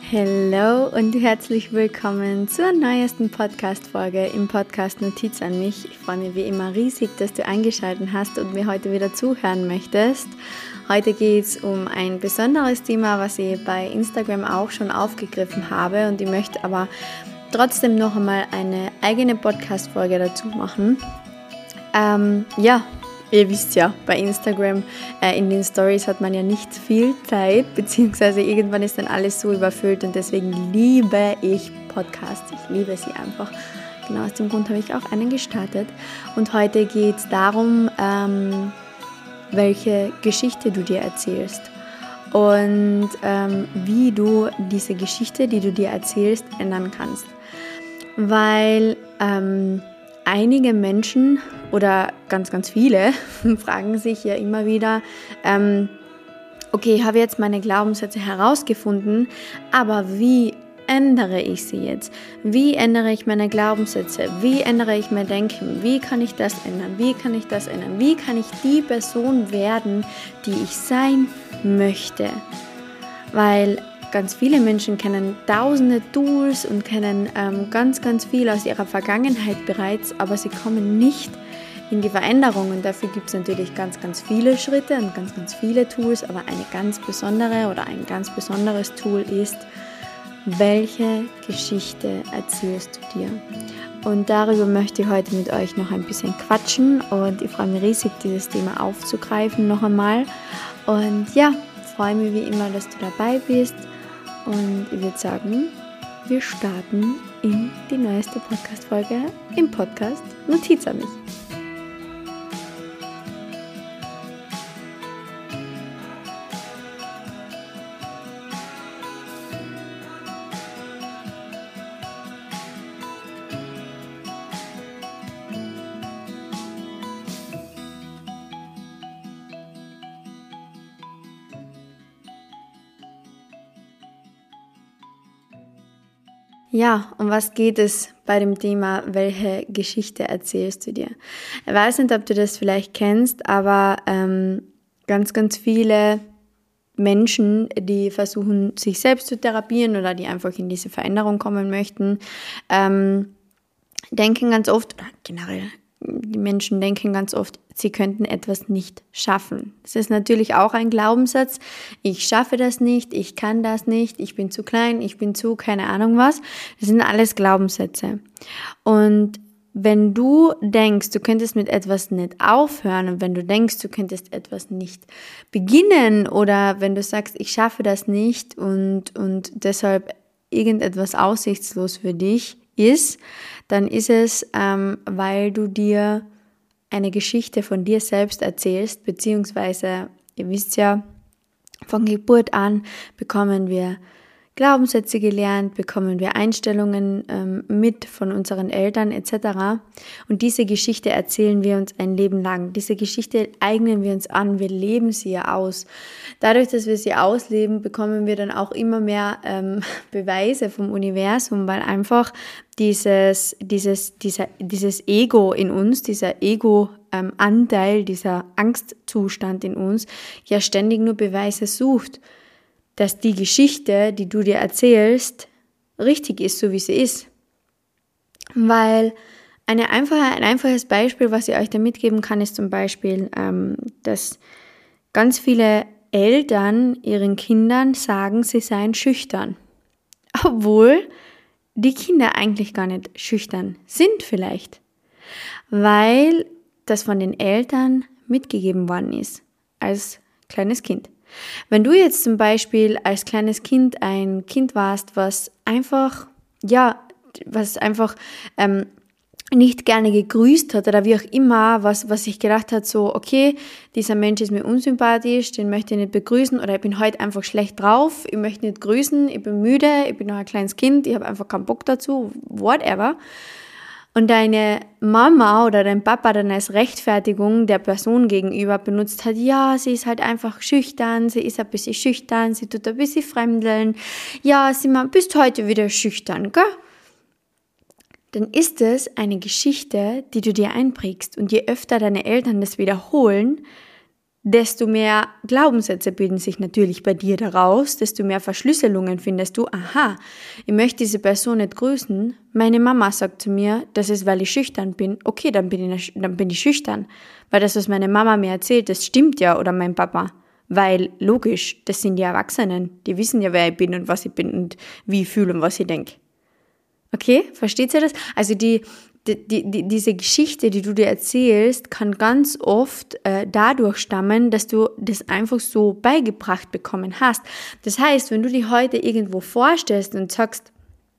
Hallo und herzlich willkommen zur neuesten Podcast-Folge im Podcast Notiz an mich. Ich freue mich wie immer riesig, dass du eingeschaltet hast und mir heute wieder zuhören möchtest. Heute geht es um ein besonderes Thema, was ich bei Instagram auch schon aufgegriffen habe, und ich möchte aber trotzdem noch einmal eine eigene Podcast-Folge dazu machen. Ihr wisst ja, bei Instagram in den Stories hat man ja nicht viel Zeit, beziehungsweise irgendwann ist dann alles so überfüllt, und deswegen liebe ich Podcasts. Ich liebe sie einfach. Genau aus dem Grund habe ich auch einen gestartet. Und heute geht es darum, welche Geschichte du dir erzählst und wie du diese Geschichte, die du dir erzählst, ändern kannst. Weil einige Menschen oder ganz, ganz viele fragen sich ja immer wieder, okay, ich habe jetzt meine Glaubenssätze herausgefunden, aber wie ändere ich sie jetzt? Wie ändere ich meine Glaubenssätze? Wie ändere ich mein Denken? Wie kann ich das ändern? Wie kann ich das ändern? Wie kann ich die Person werden, die ich sein möchte? Weil ganz viele Menschen kennen tausende Tools und kennen ganz, ganz viel aus ihrer Vergangenheit bereits, aber sie kommen nicht in die Veränderung, und dafür gibt es natürlich ganz, ganz viele Schritte und ganz, ganz viele Tools, aber eine ganz besondere oder ein ganz besonderes Tool ist, welche Geschichte erzählst du dir? Und darüber möchte ich heute mit euch noch ein bisschen quatschen, und ich freue mich riesig, dieses Thema aufzugreifen noch einmal. Und ja, freue mich wie immer, dass du dabei bist. Und ich würde sagen, wir starten in die neueste Podcast-Folge im Podcast Notiz an mich. Ja, um was geht es bei dem Thema, welche Geschichte erzählst du dir? Ich weiß nicht, ob du das vielleicht kennst, aber ganz, ganz viele Menschen, die versuchen, sich selbst zu therapieren oder die einfach in diese Veränderung kommen möchten, denken ganz oft, oder generell, die Menschen denken ganz oft, sie könnten etwas nicht schaffen. Das ist natürlich auch ein Glaubenssatz. Ich schaffe das nicht, ich kann das nicht, ich bin zu klein, ich bin zu keine Ahnung was. Das sind alles Glaubenssätze. Und wenn du denkst, du könntest mit etwas nicht aufhören, und wenn du denkst, du könntest etwas nicht beginnen, oder wenn du sagst, ich schaffe das nicht und deshalb irgendetwas aussichtslos für dich ist, dann ist es, weil du dir eine Geschichte von dir selbst erzählst, beziehungsweise, ihr wisst ja, von Geburt an bekommen wir Glaubenssätze gelernt, bekommen wir Einstellungen mit von unseren Eltern etc. Und diese Geschichte erzählen wir uns ein Leben lang. Diese Geschichte eignen wir uns an, wir leben sie ja aus. Dadurch, dass wir sie ausleben, bekommen wir dann auch immer mehr Beweise vom Universum, weil einfach dieses Ego in uns, dieser Ego-Anteil, dieser Angstzustand in uns ja ständig nur Beweise sucht, dass die Geschichte, die du dir erzählst, richtig ist, so wie sie ist. Weil ein einfaches Beispiel, was ich euch da mitgeben kann, ist zum Beispiel, dass ganz viele Eltern ihren Kindern sagen, sie seien schüchtern. Obwohl die Kinder eigentlich gar nicht schüchtern sind vielleicht. Weil das von den Eltern mitgegeben worden ist, als kleines Kind. Wenn du jetzt zum Beispiel als kleines Kind ein Kind warst, was einfach nicht gerne gegrüßt hat oder wie auch immer, was sich gedacht hat, so, okay, dieser Mensch ist mir unsympathisch, den möchte ich nicht begrüßen, oder ich bin heute einfach schlecht drauf, ich möchte nicht grüßen, ich bin müde, ich bin noch ein kleines Kind, ich habe einfach keinen Bock dazu, whatever. Und deine Mama oder dein Papa dann als Rechtfertigung der Person gegenüber benutzt hat, ja, sie ist halt einfach schüchtern, sie ist ein bisschen schüchtern, sie tut ein bisschen fremdeln, ja, bist heute wieder schüchtern, gell? Dann ist es eine Geschichte, die du dir einprägst. Und je öfter deine Eltern das wiederholen, desto mehr Glaubenssätze bilden sich natürlich bei dir daraus, desto mehr Verschlüsselungen findest du. Aha, ich möchte diese Person nicht grüßen. Meine Mama sagt zu mir, das ist, weil ich schüchtern bin. Okay, dann bin ich schüchtern. Weil das, was meine Mama mir erzählt, das stimmt ja, oder mein Papa. Weil, logisch, das sind die Erwachsenen. Die wissen ja, wer ich bin und was ich bin und wie ich fühle und was ich denke. Okay, versteht ihr das? Also diese Geschichte, die du dir erzählst, kann ganz oft dadurch stammen, dass du das einfach so beigebracht bekommen hast. Das heißt, wenn du dich heute irgendwo vorstellst und sagst,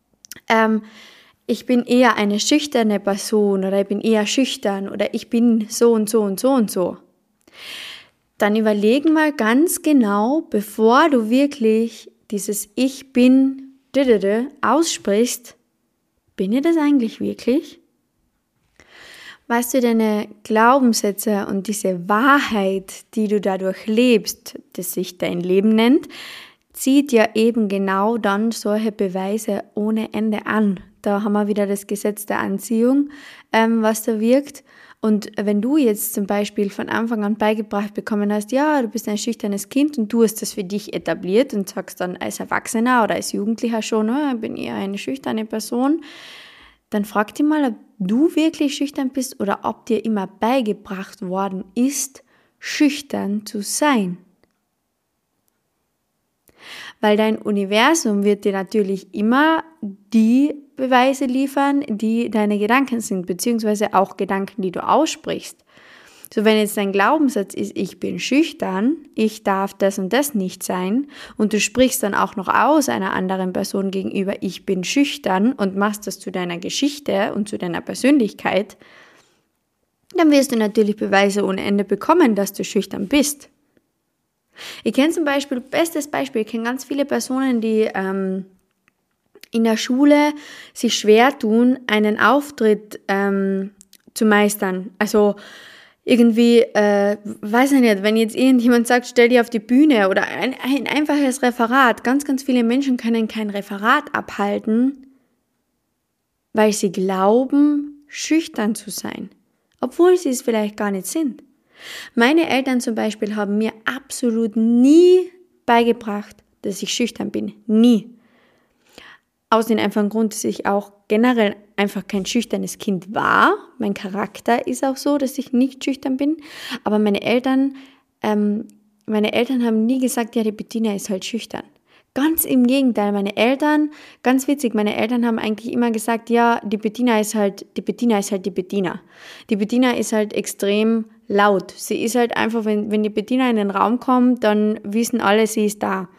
ich bin eher eine schüchterne Person oder ich bin eher schüchtern oder ich bin so und so und so und so, dann überleg mal ganz genau, bevor du wirklich dieses Ich bin aussprichst, bin ich das eigentlich wirklich? Weißt du, deine Glaubenssätze und diese Wahrheit, die du dadurch lebst, das sich dein Leben nennt, zieht ja eben genau dann solche Beweise ohne Ende an. Da haben wir wieder das Gesetz der Anziehung, was da wirkt. Und wenn du jetzt zum Beispiel von Anfang an beigebracht bekommen hast, ja, du bist ein schüchternes Kind und du hast das für dich etabliert und sagst dann als Erwachsener oder als Jugendlicher schon, ich bin eher eine schüchterne Person, dann frag dich mal, ob du wirklich schüchtern bist oder ob dir immer beigebracht worden ist, schüchtern zu sein. Weil dein Universum wird dir natürlich immer die Beweise liefern, die deine Gedanken sind, beziehungsweise auch Gedanken, die du aussprichst. So, wenn jetzt dein Glaubenssatz ist, ich bin schüchtern, ich darf das und das nicht sein, und du sprichst dann auch noch aus einer anderen Person gegenüber, ich bin schüchtern, und machst das zu deiner Geschichte und zu deiner Persönlichkeit, dann wirst du natürlich Beweise ohne Ende bekommen, dass du schüchtern bist. Ich kenne zum Beispiel, bestes Beispiel, ich kenne ganz viele Personen, die in der Schule sich schwer tun, einen Auftritt zu meistern. Also irgendwie, weiß ich nicht, wenn jetzt irgendjemand sagt, stell dich auf die Bühne oder ein einfaches Referat. Ganz, ganz viele Menschen können kein Referat abhalten, weil sie glauben, schüchtern zu sein, obwohl sie es vielleicht gar nicht sind. Meine Eltern zum Beispiel haben mir absolut nie beigebracht, dass ich schüchtern bin. Nie. Aus dem einfachen Grund, dass ich auch generell einfach kein schüchternes Kind war. Mein Charakter ist auch so, dass ich nicht schüchtern bin. Aber meine Eltern haben nie gesagt, ja, die Bettina ist halt schüchtern. Ganz im Gegenteil, meine Eltern, ganz witzig, meine Eltern haben eigentlich immer gesagt, ja, die Bettina ist halt die Bettina. Die Bettina ist halt extrem laut. Sie ist halt einfach, wenn die Bettina in den Raum kommt, dann wissen alle, sie ist da.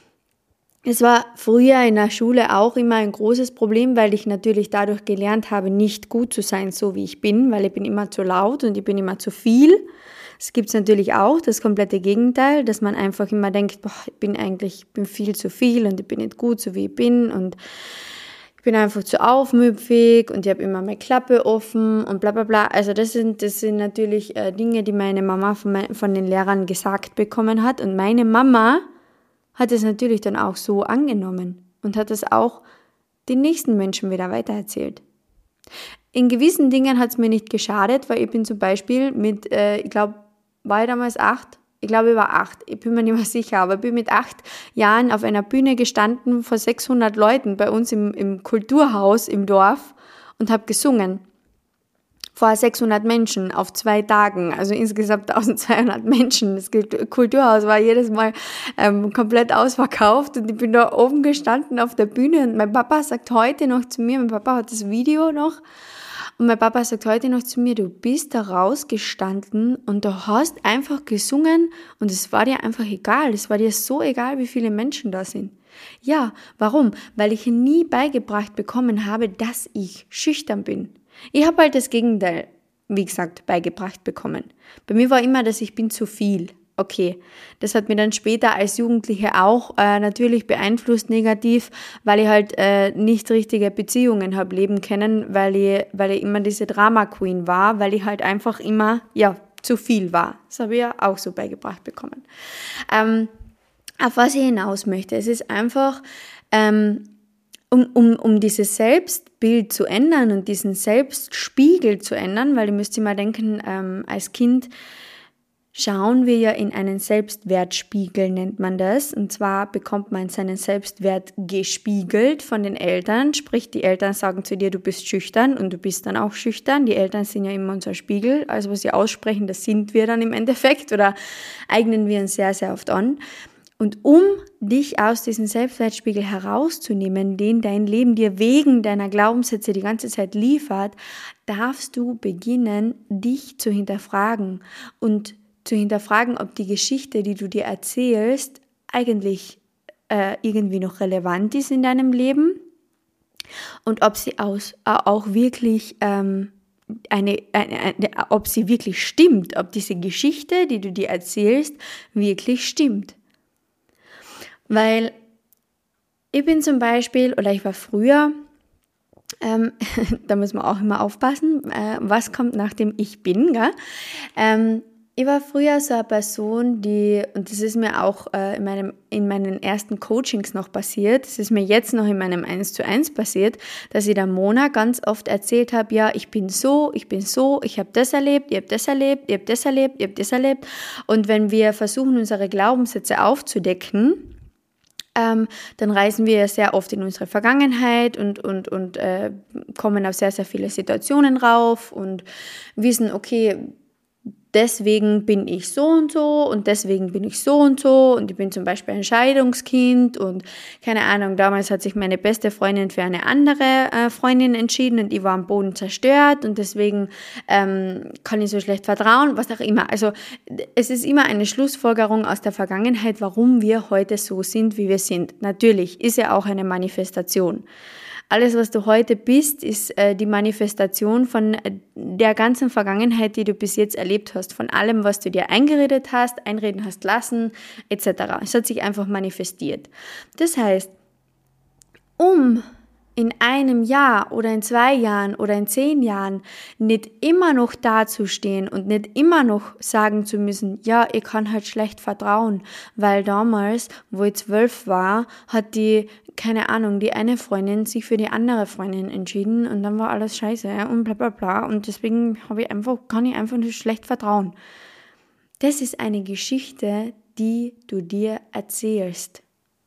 Es war früher in der Schule auch immer ein großes Problem, weil ich natürlich dadurch gelernt habe, nicht gut zu sein, so wie ich bin, weil ich bin immer zu laut und ich bin immer zu viel. Es gibt natürlich auch das komplette Gegenteil, dass man einfach immer denkt, ich bin viel zu viel und ich bin nicht gut, so wie ich bin, und ich bin einfach zu aufmüpfig und ich habe immer meine Klappe offen und bla bla bla. Also das sind natürlich Dinge, die meine Mama von den Lehrern gesagt bekommen hat, und meine Mama hat es natürlich dann auch so angenommen und hat es auch den nächsten Menschen wieder weitererzählt. In gewissen Dingen hat es mir nicht geschadet, weil ich bin zum Beispiel mit, ich glaube, war ich damals 8? Ich glaube, ich war 8. Ich bin mir nicht mehr sicher, aber ich bin mit 8 Jahren auf einer Bühne gestanden vor 600 Leuten bei uns im Kulturhaus im Dorf und habe gesungen. Vor 600 Menschen auf 2 Tagen, also insgesamt 1200 Menschen. Das Kulturhaus war jedes Mal komplett ausverkauft und ich bin da oben gestanden auf der Bühne und mein Papa sagt heute noch zu mir, mein Papa hat das Video noch, und mein Papa sagt heute noch zu mir, du bist da rausgestanden und du hast einfach gesungen und es war dir einfach egal. Es war dir so egal, wie viele Menschen da sind. Ja, warum? Weil ich nie beigebracht bekommen habe, dass ich schüchtern bin. Ich habe halt das Gegenteil, wie gesagt, beigebracht bekommen. Bei mir war immer, dass ich bin zu viel. Okay, das hat mir dann später als Jugendliche auch natürlich beeinflusst negativ, weil ich halt nicht richtige Beziehungen habe leben können, weil ich immer diese Drama Queen war, weil ich halt einfach immer, zu viel war. Das habe ich ja auch so beigebracht bekommen. Auf was ich hinaus möchte, es ist einfach, um dieses Selbstbild zu ändern und diesen Selbstspiegel zu ändern, weil ihr müsst ihr mal denken, als Kind schauen wir ja in einen Selbstwertspiegel, nennt man das. Und zwar bekommt man seinen Selbstwert gespiegelt von den Eltern. Sprich, die Eltern sagen zu dir, du bist schüchtern und du bist dann auch schüchtern. Die Eltern sind ja immer unser Spiegel. Also was sie aussprechen, das sind wir dann im Endeffekt oder eignen wir uns sehr, sehr oft an. Und um dich aus diesem Selbstwertspiegel herauszunehmen, den dein Leben dir wegen deiner Glaubenssätze die ganze Zeit liefert, darfst du beginnen, dich zu hinterfragen und zu hinterfragen, ob die Geschichte, die du dir erzählst, eigentlich irgendwie noch relevant ist in deinem Leben und ob sie auch wirklich ob sie wirklich stimmt, ob diese Geschichte, die du dir erzählst, wirklich stimmt. Weil ich bin zum Beispiel, oder ich war früher, da muss man auch immer aufpassen, was kommt nach dem Ich bin, gell? Ich war früher so eine Person, und das ist mir auch in meinen ersten Coachings noch passiert, das ist mir jetzt noch in meinem 1:1 passiert, dass ich der Mona ganz oft erzählt habe, ja, ich bin so, ich habe das erlebt, ich habe das erlebt, ich habe das erlebt, ich habe das erlebt. Und wenn wir versuchen, unsere Glaubenssätze aufzudecken, dann reisen wir ja sehr oft in unsere Vergangenheit und kommen auf sehr, sehr viele Situationen rauf und wissen, okay, deswegen bin ich so und deswegen bin ich so und ich bin zum Beispiel ein Scheidungskind und keine Ahnung, damals hat sich meine beste Freundin für eine andere Freundin entschieden und ich war am Boden zerstört und deswegen kann ich so schlecht vertrauen, was auch immer. Also es ist immer eine Schlussfolgerung aus der Vergangenheit, warum wir heute so sind, wie wir sind. Natürlich ist ja auch eine Manifestation. Alles, was du heute bist, ist die Manifestation von der ganzen Vergangenheit, die du bis jetzt erlebt hast, von allem, was du dir einreden hast lassen, etc. Es hat sich einfach manifestiert. Das heißt, um in einem Jahr oder in 2 Jahren oder in 10 Jahren nicht immer noch dazustehen und nicht immer noch sagen zu müssen, ja, ich kann halt schlecht vertrauen, weil damals, wo ich 12 war, hat die eine Freundin sich für die andere Freundin entschieden und dann war alles scheiße und bla bla bla und deswegen kann ich einfach nicht schlecht vertrauen. Das ist eine Geschichte, die du dir erzählst.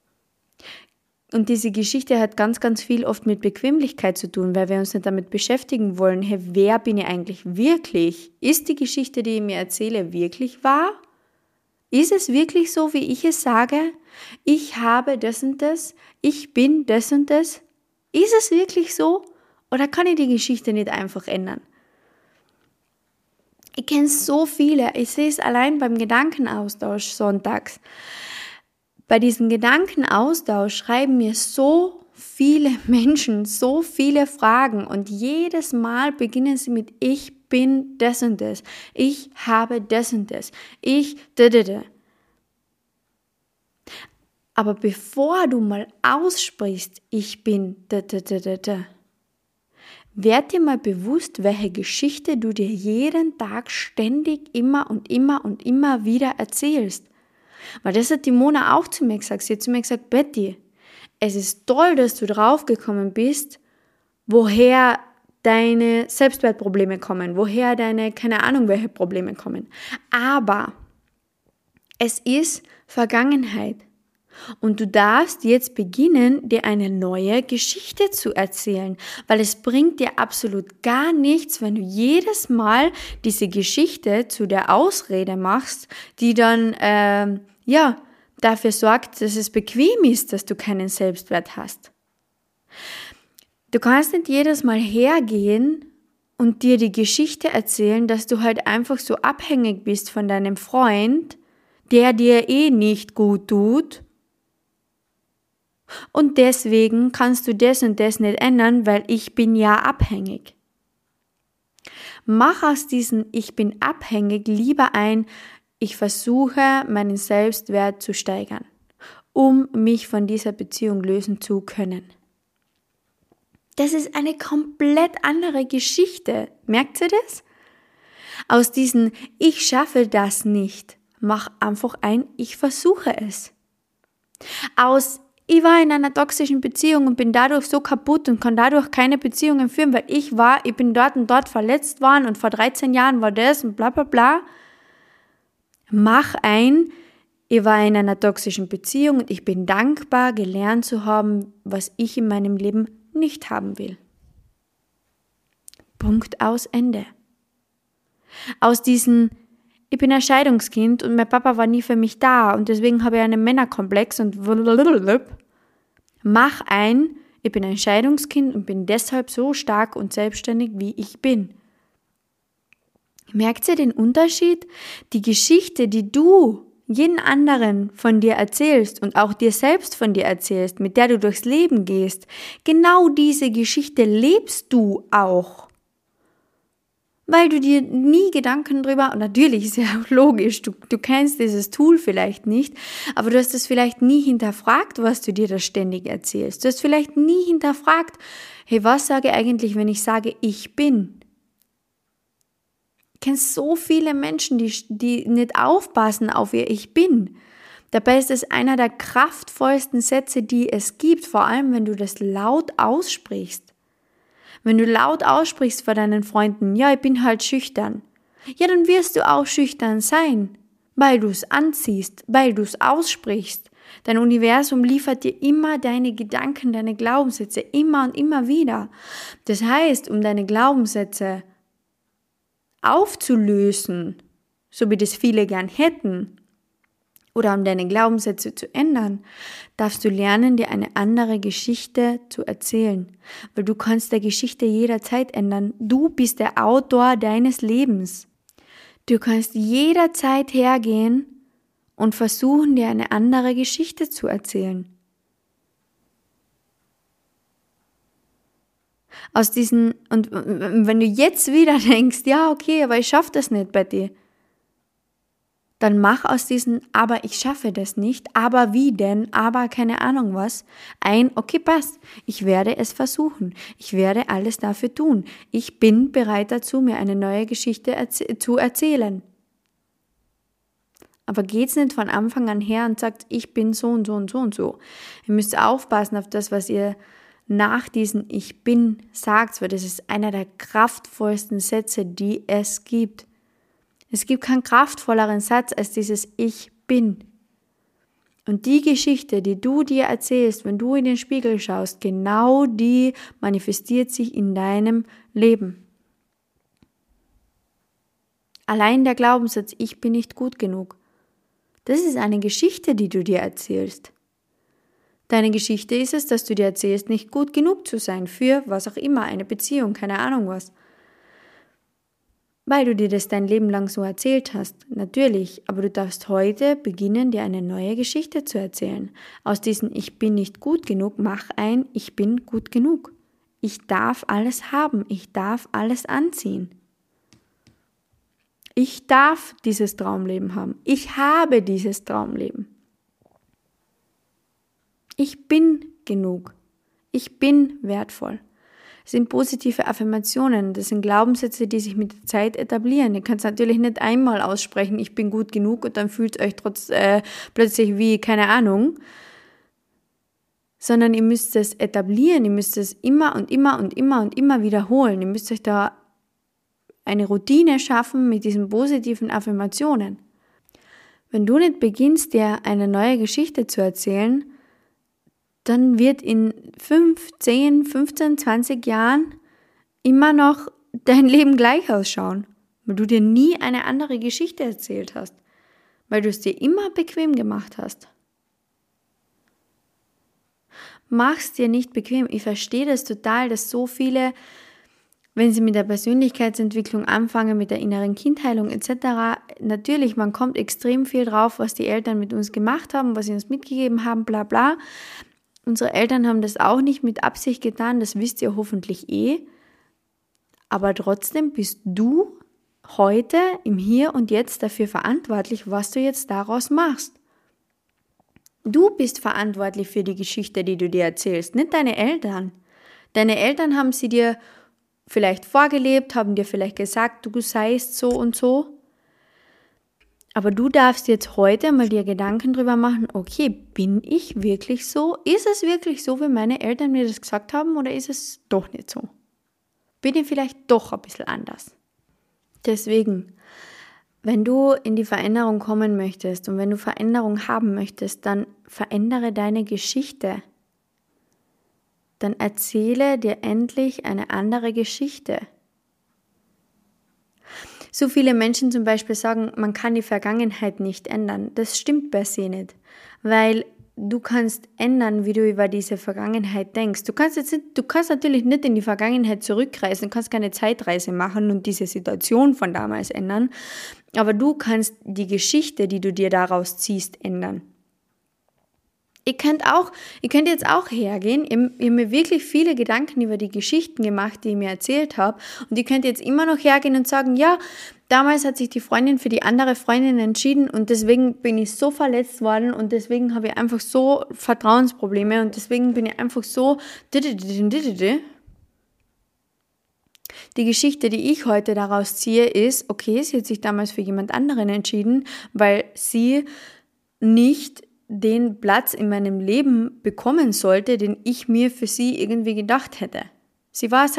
Und diese Geschichte hat ganz, ganz viel oft mit Bequemlichkeit zu tun, weil wir uns nicht damit beschäftigen wollen, hey, wer bin ich eigentlich wirklich? Ist die Geschichte, die ich mir erzähle, wirklich wahr? Ist es wirklich so, wie ich es sage? Ich habe das und das, ich bin das und das. Ist es wirklich so? Oder kann ich die Geschichte nicht einfach ändern? Ich kenne so viele, ich sehe es allein beim Gedankenaustausch sonntags. Bei diesem Gedankenaustausch schreiben mir so viele Menschen so viele Fragen und jedes Mal beginnen sie mit ich bin das und das, ich habe das und das, Aber bevor du mal aussprichst, ich bin werd dir mal bewusst, welche Geschichte du dir jeden Tag ständig immer und immer wieder erzählst. Weil das hat die Mona auch zu mir gesagt. Sie hat zu mir gesagt, Betty, es ist toll, dass du draufgekommen bist, woher deine Selbstwertprobleme kommen, woher deine, keine Ahnung, welche Probleme kommen. Aber es ist Vergangenheit. Und du darfst jetzt beginnen, dir eine neue Geschichte zu erzählen, weil es bringt dir absolut gar nichts, wenn du jedes Mal diese Geschichte zu der Ausrede machst, die dann dafür sorgt, dass es bequem ist, dass du keinen Selbstwert hast. Du kannst nicht jedes Mal hergehen und dir die Geschichte erzählen, dass du halt einfach so abhängig bist von deinem Freund, der dir nicht gut tut. Und deswegen kannst du das und das nicht ändern, weil ich bin ja abhängig. Mach aus diesem Ich bin abhängig lieber ich versuche, meinen Selbstwert zu steigern, um mich von dieser Beziehung lösen zu können. Das ist eine komplett andere Geschichte. Merkt ihr das? Aus diesem Ich schaffe das nicht, mach einfach ich versuche es. Ich war in einer toxischen Beziehung und bin dadurch so kaputt und kann dadurch keine Beziehungen führen, weil ich bin dort und dort verletzt worden und vor 13 Jahren war das und bla bla bla. Mach ein, ich war in einer toxischen Beziehung und ich bin dankbar, gelernt zu haben, was ich in meinem Leben nicht haben will. Punkt, aus, Ende. Aus diesen, ich bin ein Scheidungskind und mein Papa war nie für mich da und deswegen habe ich einen Männerkomplex und mach ein, ich bin ein Scheidungskind und bin deshalb so stark und selbstständig, wie ich bin. Merkt ihr den Unterschied? Die Geschichte, die du jeden anderen von dir erzählst und auch dir selbst von dir erzählst, mit der du durchs Leben gehst, genau diese Geschichte lebst du auch. Weil du dir nie Gedanken drüber, und natürlich ist ja auch logisch, du kennst dieses Tool vielleicht nicht, aber du hast es vielleicht nie hinterfragt, was du dir da ständig erzählst. Du hast vielleicht nie hinterfragt, hey, was sage ich eigentlich, wenn ich sage, ich bin? Ich kenne so viele Menschen, die nicht aufpassen auf ihr Ich bin. Dabei ist es einer der kraftvollsten Sätze, die es gibt, vor allem wenn du das laut aussprichst. Wenn du laut aussprichst vor deinen Freunden, ja, ich bin halt schüchtern. Ja, dann wirst du auch schüchtern sein, weil du es anziehst, weil du es aussprichst. Dein Universum liefert dir immer deine Gedanken, deine Glaubenssätze, immer und immer wieder. Das heißt, um deine Glaubenssätze aufzulösen, so wie das viele gern hätten, oder um deine Glaubenssätze zu ändern, darfst du lernen, dir eine andere Geschichte zu erzählen. Weil du kannst der Geschichte jederzeit ändern. Du bist der Autor deines Lebens. Du kannst jederzeit hergehen und versuchen, dir eine andere Geschichte zu erzählen. Und wenn du jetzt wieder denkst, ja, okay, aber ich schaffe das nicht bei dir, dann mach aus diesen, aber ich schaffe das nicht, aber wie denn, aber keine Ahnung was, okay, passt, ich werde es versuchen, ich werde alles dafür tun, ich bin bereit dazu, mir eine neue Geschichte zu erzählen. Aber geht's nicht von Anfang an her und sagt, ich bin so und so und so und so. Ihr müsst aufpassen auf das, was ihr nach diesem Ich bin sagt, weil das ist einer der kraftvollsten Sätze, die es gibt. Es gibt keinen kraftvolleren Satz als dieses Ich bin. Und die Geschichte, die du dir erzählst, wenn du in den Spiegel schaust, genau die manifestiert sich in deinem Leben. Allein der Glaubenssatz, ich bin nicht gut genug, das ist eine Geschichte, die du dir erzählst. Deine Geschichte ist es, dass du dir erzählst, nicht gut genug zu sein für was auch immer, eine Beziehung, keine Ahnung was. Weil du dir das dein Leben lang so erzählt hast, natürlich, aber du darfst heute beginnen, dir eine neue Geschichte zu erzählen. Aus diesem Ich bin nicht gut genug, mach ein Ich bin gut genug. Ich darf alles haben, ich darf alles anziehen. Ich darf dieses Traumleben haben, ich habe dieses Traumleben. Ich bin genug. Ich bin wertvoll. Das sind positive Affirmationen. Das sind Glaubenssätze, die sich mit der Zeit etablieren. Ihr könnt es natürlich nicht einmal aussprechen, ich bin gut genug und dann fühlt es euch plötzlich wie, keine Ahnung. Sondern ihr müsst es etablieren. Ihr müsst es immer und immer und immer und immer wiederholen. Ihr müsst euch da eine Routine schaffen mit diesen positiven Affirmationen. Wenn du nicht beginnst, dir eine neue Geschichte zu erzählen, dann wird in 5, 10, 15, 20 Jahren immer noch dein Leben gleich ausschauen, weil du dir nie eine andere Geschichte erzählt hast, weil du es dir immer bequem gemacht hast. Mach's dir nicht bequem. Ich verstehe das total, dass so viele, wenn sie mit der Persönlichkeitsentwicklung anfangen, mit der inneren Kindheilung etc., natürlich, man kommt extrem viel drauf, was die Eltern mit uns gemacht haben, was sie uns mitgegeben haben, bla bla. Unsere Eltern haben das auch nicht mit Absicht getan, das wisst ihr hoffentlich eh. Aber trotzdem bist du heute im Hier und Jetzt dafür verantwortlich, was du jetzt daraus machst. Du bist verantwortlich für die Geschichte, die du dir erzählst, nicht deine Eltern. Deine Eltern haben sie dir vielleicht vorgelebt, haben dir vielleicht gesagt, du seist so und so. Aber du darfst jetzt heute mal dir Gedanken drüber machen, okay, bin ich wirklich so? Ist es wirklich so, wie meine Eltern mir das gesagt haben, oder ist es doch nicht so? Bin ich vielleicht doch ein bisschen anders? Deswegen, Wenn du in die Veränderung kommen möchtest und wenn du Veränderung haben möchtest, dann verändere deine Geschichte. Dann erzähle dir endlich eine andere Geschichte. So viele Menschen zum Beispiel sagen, man kann die Vergangenheit nicht ändern. Das stimmt per se nicht, weil du kannst ändern, wie du über diese Vergangenheit denkst. Du kannst natürlich nicht in die Vergangenheit zurückreisen, du kannst keine Zeitreise machen und diese Situation von damals ändern, aber du kannst die Geschichte, die du dir daraus ziehst, ändern. Ihr könnt jetzt auch hergehen, ich habe mir wirklich viele Gedanken über die Geschichten gemacht, die ich mir erzählt habe, und ihr könnt jetzt immer noch hergehen und sagen, ja, damals hat sich die Freundin für die andere Freundin entschieden und deswegen bin ich so verletzt worden und deswegen habe ich einfach so Vertrauensprobleme und deswegen bin ich einfach so. Die Geschichte, die ich heute daraus ziehe, ist, okay, sie hat sich damals für jemand anderen entschieden, weil sie nicht den Platz in meinem Leben bekommen sollte, den ich mir für sie irgendwie gedacht hätte. Sie war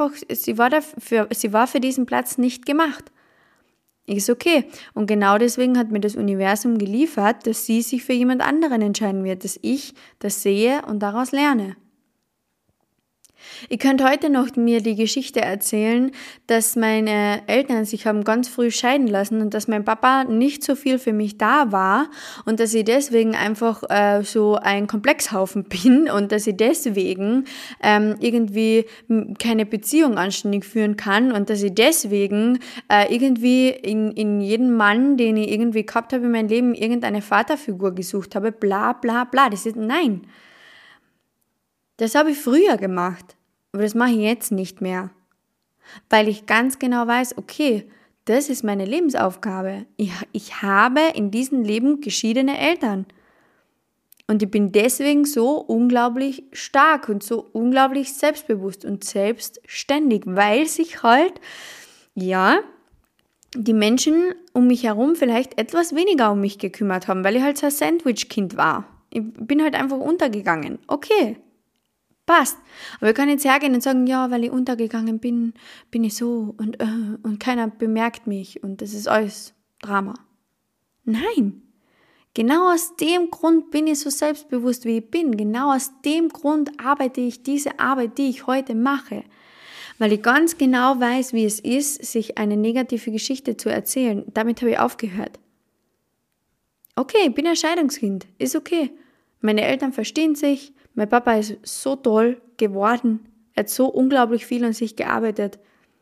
für diesen Platz nicht gemacht. Ist okay. Und genau deswegen hat mir das Universum geliefert, dass sie sich für jemand anderen entscheiden wird, dass ich das sehe und daraus lerne. Ihr könnt heute noch mir die Geschichte erzählen, dass meine Eltern sich haben ganz früh scheiden lassen und dass mein Papa nicht so viel für mich da war und dass ich deswegen einfach so ein Komplexhaufen bin und dass ich deswegen irgendwie keine Beziehung anständig führen kann und dass ich deswegen irgendwie in jedem Mann, den ich irgendwie gehabt habe in meinem Leben, irgendeine Vaterfigur gesucht habe, bla bla bla. Nein. Das habe ich früher gemacht, aber das mache ich jetzt nicht mehr, weil ich ganz genau weiß, okay, das ist meine Lebensaufgabe. Ich habe in diesem Leben geschiedene Eltern und ich bin deswegen so unglaublich stark und so unglaublich selbstbewusst und selbstständig, weil sich halt, ja, die Menschen um mich herum vielleicht etwas weniger um mich gekümmert haben, weil ich halt so ein Sandwich-Kind war. Ich bin halt einfach untergegangen. Okay. Passt. Aber wir können jetzt hergehen und sagen, ja, weil ich untergegangen bin, bin ich so und keiner bemerkt mich und das ist alles Drama. Nein. Genau aus dem Grund bin ich so selbstbewusst, wie ich bin. Genau aus dem Grund arbeite ich diese Arbeit, die ich heute mache. Weil ich ganz genau weiß, wie es ist, sich eine negative Geschichte zu erzählen. Damit habe ich aufgehört. Okay, ich bin ein Scheidungskind. Ist okay. Meine Eltern verstehen sich. Mein Papa ist so toll geworden. Er hat so unglaublich viel an sich gearbeitet.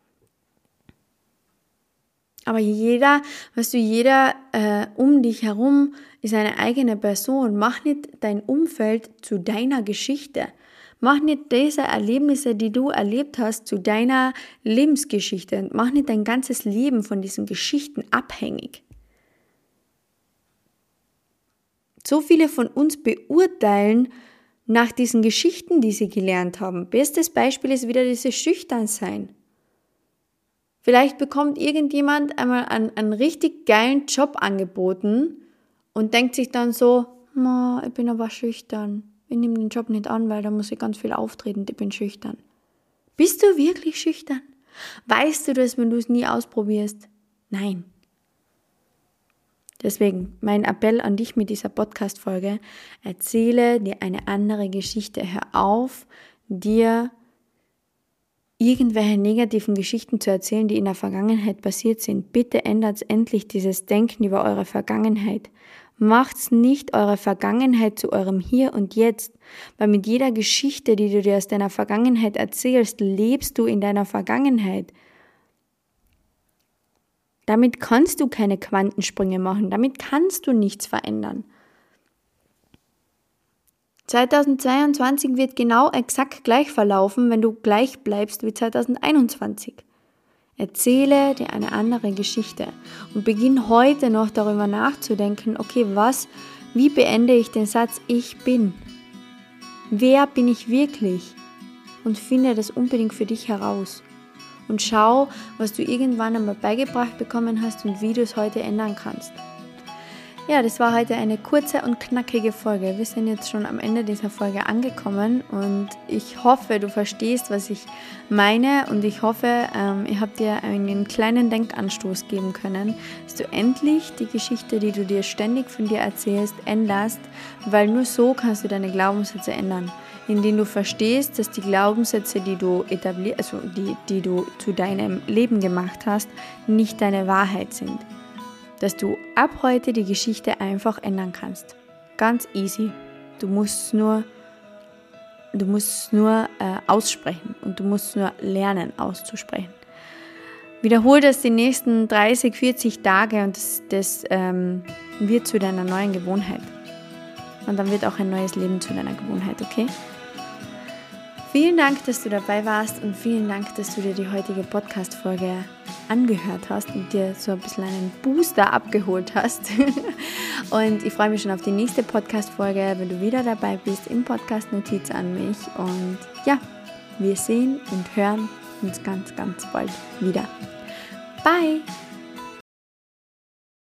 Aber jeder um dich herum ist eine eigene Person. Mach nicht dein Umfeld zu deiner Geschichte. Mach nicht diese Erlebnisse, die du erlebt hast, zu deiner Lebensgeschichte. Und mach nicht dein ganzes Leben von diesen Geschichten abhängig. So viele von uns beurteilen nach diesen Geschichten, die sie gelernt haben. Bestes Beispiel ist wieder dieses Schüchternsein. Vielleicht bekommt irgendjemand einmal einen richtig geilen Job angeboten und denkt sich dann so, ich bin aber schüchtern. Ich nehme den Job nicht an, weil da muss ich ganz viel auftreten, ich bin schüchtern. Bist du wirklich schüchtern? Weißt du das, wenn du es nie ausprobierst? Nein. Deswegen mein Appell an dich mit dieser Podcast-Folge: Erzähle dir eine andere Geschichte. Hör auf, dir irgendwelche negativen Geschichten zu erzählen, die in der Vergangenheit passiert sind. Bitte ändert endlich dieses Denken über eure Vergangenheit. Macht's nicht eure Vergangenheit zu eurem Hier und Jetzt, weil mit jeder Geschichte, die du dir aus deiner Vergangenheit erzählst, lebst du in deiner Vergangenheit. Damit kannst du keine Quantensprünge machen, damit kannst du nichts verändern. 2022 wird genau exakt gleich verlaufen, wenn du gleich bleibst wie 2021. Erzähle dir eine andere Geschichte und beginn heute noch darüber nachzudenken, okay, wie beende ich den Satz, ich bin? Wer bin ich wirklich? Und finde das unbedingt für dich heraus. Und schau, was du irgendwann einmal beigebracht bekommen hast und wie du es heute ändern kannst. Ja, das war heute eine kurze und knackige Folge. Wir sind jetzt schon am Ende dieser Folge angekommen und ich hoffe, du verstehst, was ich meine und ich hoffe, ich habe dir einen kleinen Denkanstoß geben können, dass du endlich die Geschichte, die du dir ständig von dir erzählst, änderst, weil nur so kannst du deine Glaubenssätze ändern, indem du verstehst, dass die Glaubenssätze, die du die du zu deinem Leben gemacht hast, nicht deine Wahrheit sind. Dass du ab heute die Geschichte einfach ändern kannst. Ganz easy. Du musst nur aussprechen und du musst nur lernen auszusprechen. Wiederhole das die nächsten 30, 40 Tage und das wird zu deiner neuen Gewohnheit. Und dann wird auch ein neues Leben zu deiner Gewohnheit, okay? Vielen Dank, dass du dabei warst und vielen Dank, dass du dir die heutige Podcast-Folge angehört hast und dir so ein bisschen einen Booster abgeholt hast. Und ich freue mich schon auf die nächste Podcast-Folge, wenn du wieder dabei bist im Podcast Notiz an mich. Und ja, wir sehen und hören uns ganz, ganz bald wieder. Bye!